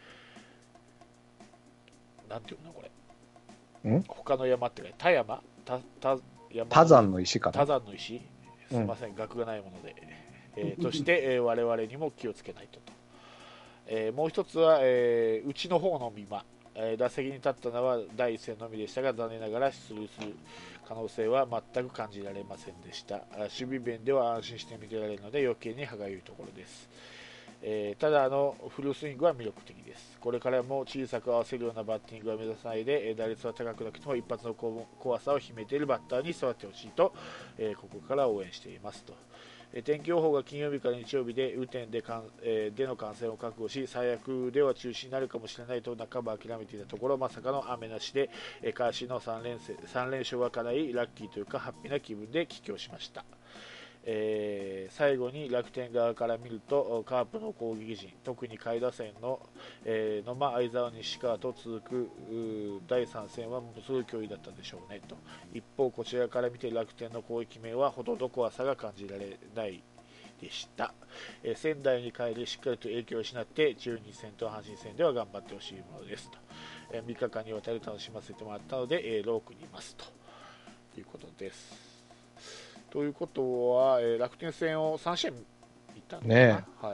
ーなんていうのこれん他の山ってね、田山たた山多山の石か多な。 山の石すみません、額がないもので、えーとして、えー我々にも気をつけないとと、えーもう一つは、えーうちの方の美馬、えー打席に立ったのは第一戦のみでしたが、残念ながら出塁する可能性は全く感じられませんでした。あ守備面では安心して見てられるので余計に歯がゆいところです。えーただあのフルスイングは魅力的です。これからも小さく合わせるようなバッティングは目指さないで、えー打率は高くなくても一発のこ怖さを秘めているバッターに育ってほしいと、えーここから応援していますと。えー天気予報が金曜日から日曜日で雨天でかん、えーでの感染を覚悟し、最悪では中止になるかもしれないと半ば諦めていたところ、まさかの雨なしで、えー、開始のさん連戦さん連勝はかなりラッキーというかハッピーな気分で帰郷しました。えー最後に楽天側から見るとカープの攻撃陣、特に下位打線の、えー野間、相澤、西川と続くだいさん戦はものすごい脅威だったでしょうねと。一方こちらから見て楽天の攻撃面はほとんど怖さが感じられないでした。えー仙台に帰りしっかりと影響を失って中日戦と阪神戦では頑張ってほしいものですと。えーみっかかんにわたり楽しませてもらったので、えー、ロークにいますということです。ということは、えー楽天戦をさん試合行ったんですか、 ねはい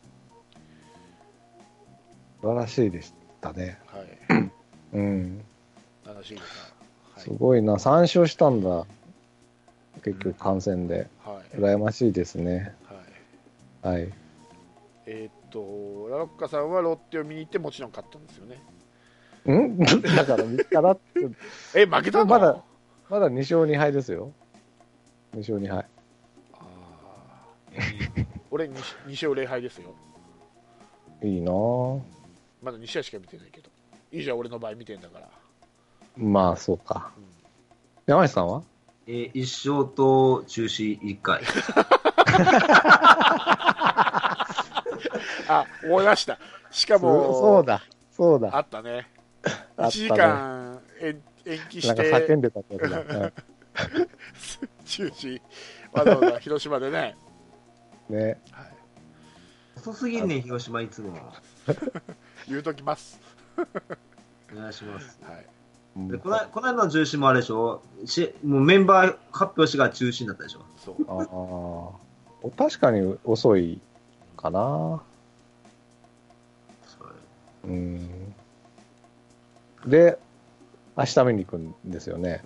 素晴らしいでしたね。 はいうん。 ななシーズンはいすごいな。さん勝したんだ。結局観戦で。 はい羨ましいですね。 はいはい。 えーっとラロッカさんはロッテを見に行ってもちろん勝ったんですよね。 んだからみっかだって。 え負けたのまだまだに勝に敗ですよ。に勝に敗。 あー俺 2, に勝れい敗ですよ。 いいなぁ。 まだに試合しか見てないけどいいじゃん、俺の場合見てんだから。 まあ、そうか。 うん山内さんはえー、いち勝と中止いっかい。 あ思い出した。しかもそうそうだ。そうだ。 あったね。 あったねいちじかん延延期なんかして叫んでたってやつだ。うん中止わざわざ広島でね、 ね。 はい、 遅すぎんねん、広島いつも。 言うときます、 お願いします。 はい、 うんでこのこの間の中止もあれでしょしもうメンバー発表しが中止になったでしょ。 そうああ。確かに遅いかな。うん。で、明日見に行くんですよね。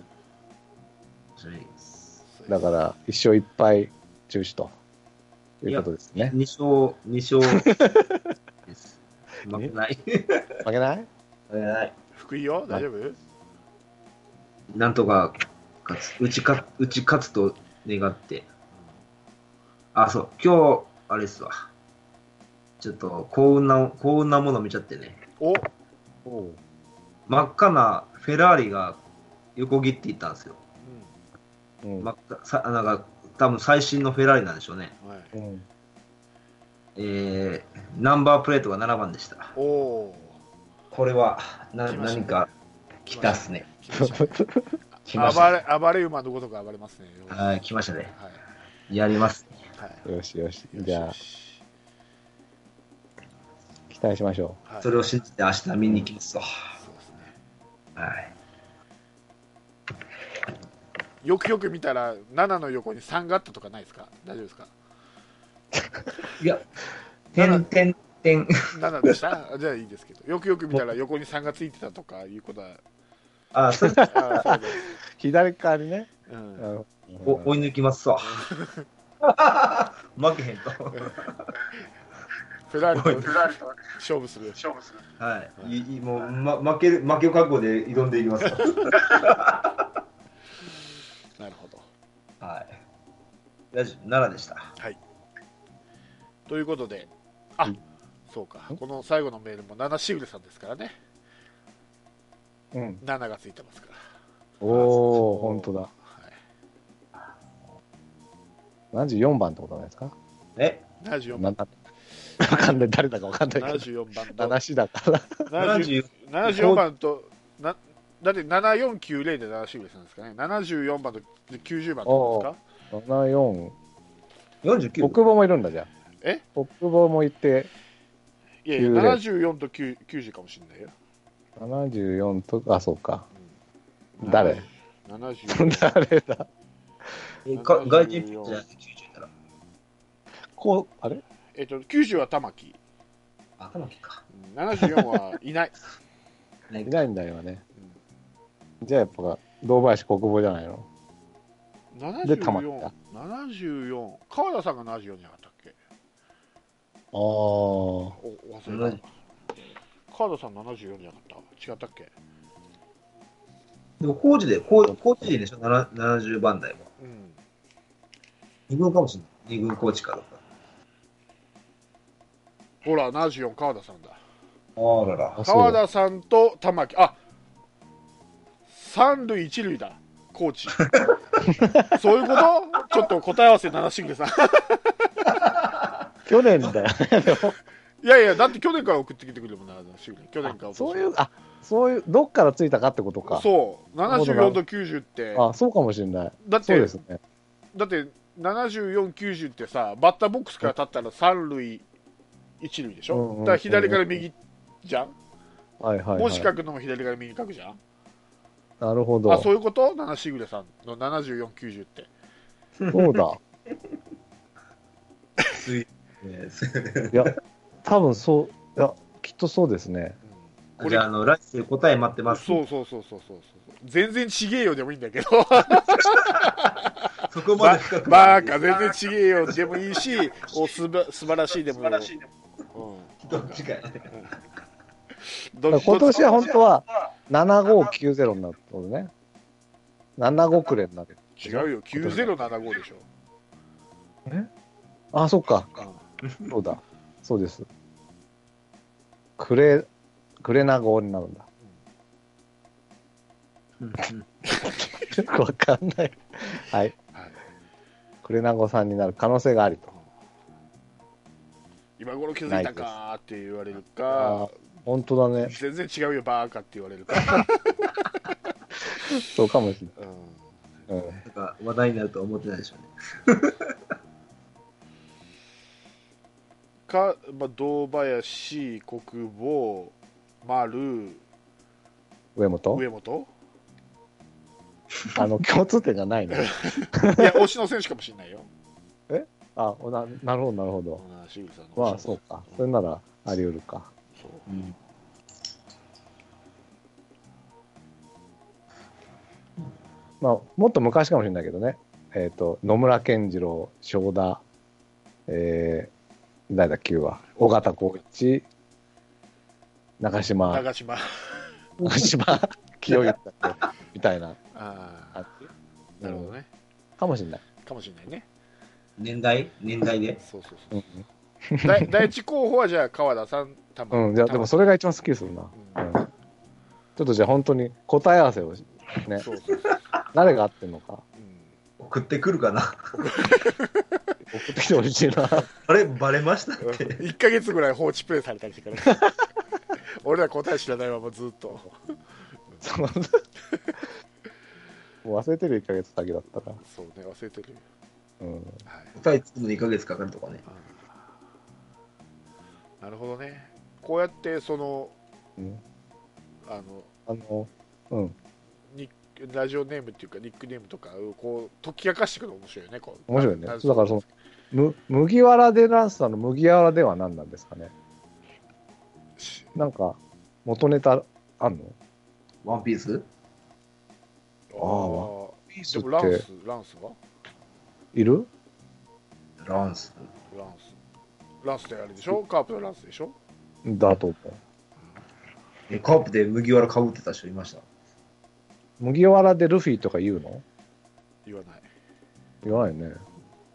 だから、一勝一敗中止ということですね。 に勝、に勝です。 負けない。 負けない負けない。 福井よ、大丈夫？ なんとか勝つ、うちか、うち勝つと願って。あ、そう、今日、あれですわ。ちょっと幸運な、幸運なもの見ちゃってね。 おおう真っ赤なフェラーリが横切っていったんですよ。 うん真っ赤、さ、なんか、多分最新のフェラーリなんでしょうね。 うん、はい、 うんえー、ナンバープレートがななばんでした。 おおこれは、な、 来ましたね何か来たっすね。 来ましたね来ましたね。 暴れ暴れ馬のごとく暴れますね。 はい、来ましたね。 はいやります。 はいよしよし。 よしじゃあ、 よし期待しましょはい、 それを信じて明日見に行きますわ。 そうですね。 はい。 よくよく見たらななの横にさんがあったとかないですか？大丈夫ですか？ いや、てんてんてん。 ななでしたじゃあいいですけど、よくよく見たら横にさんがついてたとかいうことは、 あ、それ、 あそうです、 う。左側にね。 うんお追い抜きますわ。負けへんと。 フェラーリと勝負する。 はい。いいもう、ま、負ける、負ける覚悟で挑んでいきますわ。 なるほど。 はい。ラジオななでした。 はい。ということで、あ、そうか、この最後のメールもななしぐれさんですからね。 うん。 なながついてますから。 おお、本当だ。 はい、 ななじゅうよんばんってことなんですか？ えななじゅうよんばん。 なんだわかんない。誰だかわかんないけど。 ななじゅうよんばんとななしだから。 ななじゅうななじゅうよんばんとなだってななよんきゅうぜろでななしぐれさんですかね。ななじゅうよんばんときゅうじゅうばんってことですか？ ななよん。 よんじゅうきゅう。 国母もいるんだじゃあ。 え？ 国母もいて、 いやいや、ななじゅうよんときゅうじゅうかもしれないよ。 ななじゅうよんと、あ、そうか。誰？ ななじゅうよん誰だ？ えか外人ピッチャーできゅうじゅうなら。 こう、あれ？ えっと、きゅうじゅうは玉木。 あ、玉木か。 ななじゅうよんはいない。 いないんだよね。じゃあやっぱ、堂林国母じゃないの？で玉木 74 だ。 ななじゅうよん川田さんがななじゅうよんじゃなかったっけ？ ああ。 お忘れた。川田さんななじゅうよんじゃなかった？違ったっけ？ でも、工事で、工工事でしょ、ななななじゅうばん台は。 うんに軍かもしれない。に軍コーチかとか。 ほらななじゅうよん川田さんだ。 あらら。 あそう川田さんと玉木、あ、三塁一塁だコーチ。そういうこと？ちょっと答え合わせななしぐれさん。 去年だよね。でもいやいや、だって去年から送ってきてくれるもんななしぐれ。去年からそういう、あ、そういう、どっからついたかってことか。 そうななじゅうよんときゅうじゅうってあ、そうかもしれない。 だってそうですね。 だってななじゅうよん、きゅうじゅうってさ、バッターボックスから立ったら三塁一塁でしょ、 うんうんうんだから左から右じゃん、 はいはい、はい。 もし書くのも左から右書くじゃん。 なるほど。 あ、そういうことななしぐれさんのななじゅうよん、きゅうじゅうって。 そうだ。 ついいや、多分そう、いや、きっとそうですね。 これじゃあ、あの、来週答え待ってます。 そうそうそうそうそうそう全然ちげえよでもいいんだけどそこまで深くバーカ全然ちげえよでもいいしおすば素晴らしいでも、うん、 どっちかやね。 ど今年は本当はななごきゅうぜろになるってことね。ななごくれになる。 違うよきゅうぜろななごでしょ。 えあ、そっか。 うんそうだ。そうです。くれ、くれなごになるんだ。 うんうんよくわかんない。はい。 はいくれなごさんになる可能性がありと。 今頃気づいたかーって言われるあか、 本当だね。 全然違うよバーカって言われるか、 そうかもしうんれない。 なんか話題になるとは思ってないでしょうね。 か、まあ、堂林、国母、丸、 うん。上本上本あの、共通点がないね。 いや推しの選手かもしれないよ。 あ、な、なるほど、なるほど。 うんシグルさんのまあ、そうか。それならあり得るか。 そううん。まあ、もっと昔かもしれないけどね。えっ、と、野村健次郎、正田、えー、誰だ、きゅうは。尾形浩一、 中島、 長島。 中島清之だっけみたいな。 ああ、 あなるほどね。 かもしれない。 かもしれないね。 年代年代でそうそうそうう。第第一候補はじゃあ川田さん、たまん、うん、じゃあでもそれが一番好きでするな。うん、ちょっとじゃあ本当に答え合わせをね、 そうそうそう。 誰が合ってんのかうん送ってくるかな送ってきてほしいな。 あれバレましたって。 いっかげつぐらい放置プレイされたりしてから俺ら答え知らないままずっとそうもう忘れてるいっかげつ先だったら。 そうね、忘れてる、 うん、 はい、 答え作るのにかげつかかるとかね。 なるほどね。こうやってその、 うん、 あのあの、うん、 ニラジオネームっていうかニックネームとかをこう解き明かしていくの面白いよね。こう面白いね。 なだからそのむ麦わらでランスさんの麦わらでは何なんですかね。なんか元ネタあんの？ ワンピースああああ、 ピースでもランってスランスはいる？ ランス。 ランスランスってあれでしょ？カープのランスでしょ？ だと思う。 え、カープで麦わらかぶってた人いました？ 麦わらでルフィとか言うの？ 言わない。 言わないね。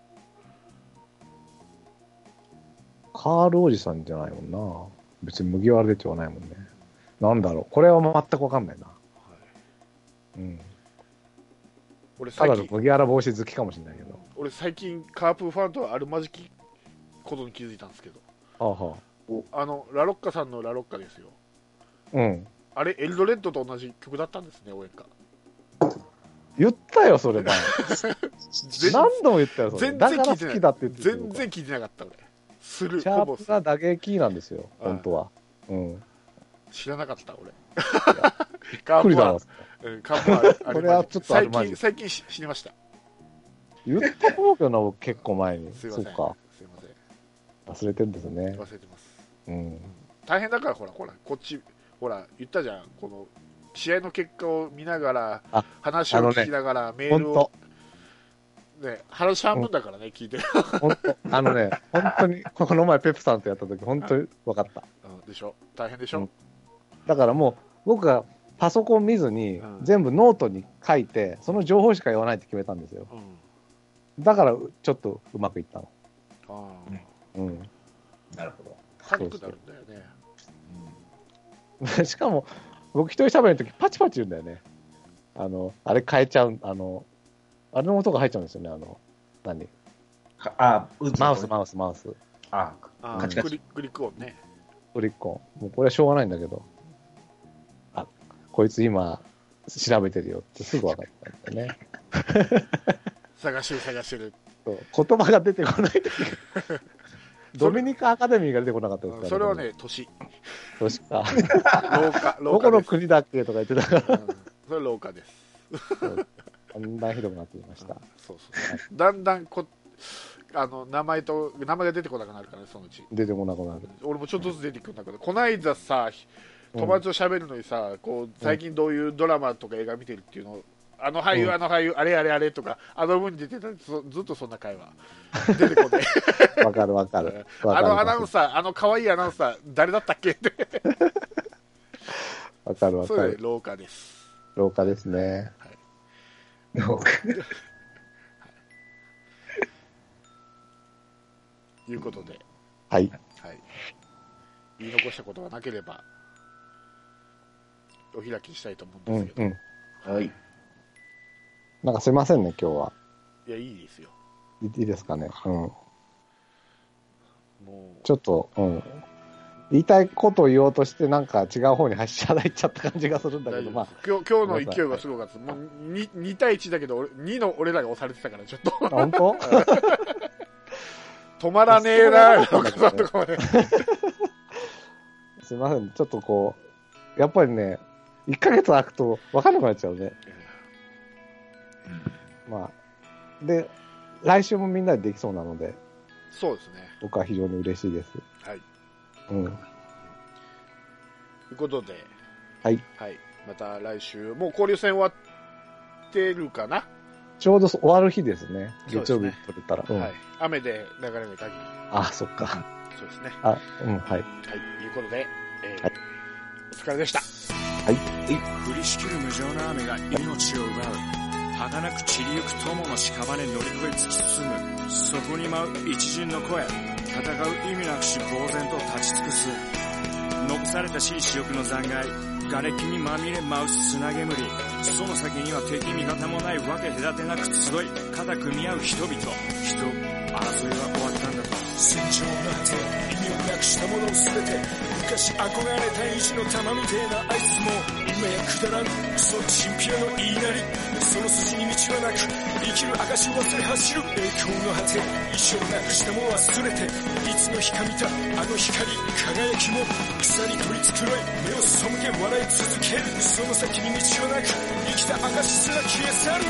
カールおじさんじゃないもんな。別に麦わらでって言わないもんね。なんだろう。これは全くわかんないな。 はい、 うん。 俺ただの最近麦わら帽子好きかもしれないけど。 俺最近カープファンとあるまじきことに気づいたんですけど、 はあはあのラロッカさんのラロッカですよ。 あ。うん。 あれエルドレッドと同じ曲だったんですね、応援歌。 言ったよ、それ前。 全何度も言ったよ、それ。 全だから然聞いてない。 好きだって言ってる全然聞いてなかった俺。するシャほぼープが打撃なんですよ、 はい本当は。うん。 知らなかった俺。 びっくりだわ。 うん、カープはあるあるこれはちょっとあるまじ最近最近し知りました。 言ったと思うけどな、僕結構前に。 すいません。 そうか。 すいません。 忘れてるんですね。 忘れてます。 うん。 大変だからほらほらこっちほら言ったじゃん、この試合の結果を見ながらあ話を聞きながらメー本ルを当。 ね、話半分だからね、聞いてる。 本当。あのね、本当に、この前ペップさんとやった時、本当に分かった。 うんでしょ、大変でしょ。 うんだからもう、僕がパソコン見ずにうん、 全部ノートに書いて、その情報しか言わないって決めたんですよ。 うん、 だから、ちょっとうまくいったの。 あうん。 なるほど。 あ、軽くなるんだよね。 しかも、僕一人喋るときパチパチ言うんだよね。あの、あれ変えちゃう、あの、あれの音が入っちゃうんですよね、あの、何はあ、打つマウス、マウス、マウス。 あ、 あカチカチクリクリック音ね。 フリッコン。もうこれはしょうがないんだけど、あ、こいつ今、調べてるよってすぐ分かったんだよね。 探してる探してる。 そう言葉が出てこないときドミニカアカデミーが出てこなかったですから、 それはね、年。 年か。 廊下、 どこの廊下です。 国だっけとか言ってたから、 うんそれ廊下です。 そうだんだんひどくなってきました。 そうそう。だんだんこあの名前と名前が出てこなくなるからね、そのうち。 出てこなくなる。 俺もちょっとずつ出てくるんだけど、こないださ、友達と喋るのにさ、こう最近どういうドラマとか映画見てるっていうのを、あの俳優、 うんあの俳優、あれあれあれとか、あの分に出てたずずっとそんな会話出てこない。 わかるわかる。わかあるのアナウンサー、あの可愛いアナウンサー、誰だったっけって。 わかるわそれでかる。 廊下です。 廊下ですね。 いうことで、 はい。 はい、言い残したことがなければ、お開きしたいと思ううんんですけど、 うん。 はい。 なんかすいませんね、今日は。 いや、いいですよ。 いいいですかね。うん。 もうちょっと、うん。言いたいことを言おうとして、なんか違う方に走らないっちゃった感じがするんだけど、ま大丈夫です今日今日の勢いがすごかったです。もう 2, に対いちだけど俺、にの俺らが押されてたから、ちょっとあ、本当止まらねえな、 そう岡さんとかまで。 すいません、ちょっとこう、やっぱりね、いっかげつ空くと分かんなくなっちゃうね。まあ、で、来週もみんなでできそうなので、 そうですね。 僕は非常に嬉しいです。 はい。 うん。 ということで、 はい。 はい。また来週、もう交流戦終わってるかな、 ちょうど終わる日ですね。 そうですね月曜日取れたら。うんはい。雨で流れない限り。 あ、そっか。 そうですね。 あ、うん、はい。 はい。ということで、えーはい疲れでした。 はい。 降りしきる無情な雨が命を奪う。儚く散りゆく友の屍乗り越え突き進む。そこに舞う一陣の声。戦う意味なくし呆然と立ち尽くす。残された私利私欲の残骸。瓦礫にまみれ舞う砂煙。その先には敵味方もないわけ隔てなく集い肩組み合う人々。人、争いは終わったんだと。戦場の果て、意味をなくしたものを全て。昔憧れた意地の玉みてえなあいつも今やくだらんクソチンピラの言いなり。その筋に道はなく生きる証を忘れ走る栄光の果て。一生なくしたもの忘れていつの日か見たあの光輝きも草に取り繕い目を背け笑い続ける。その先に道はなく生きた証すら消え去る。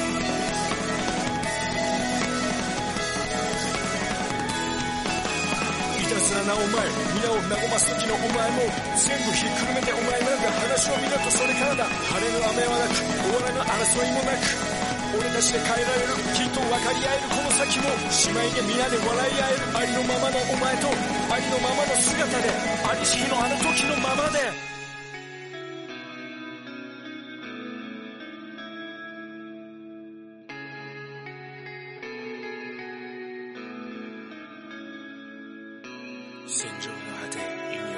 いたずらなお前皆を和ます時のお前も全部ひっくるめてお前なんか話を見ろとそれからだ。晴れの雨はなく終わらぬ争いもなく俺たちで変えられるきっと分かり合えるこの先も姉妹で皆で笑い合えるありのままのお前とありのままの姿でありし日のあの時のままで。戦場の果て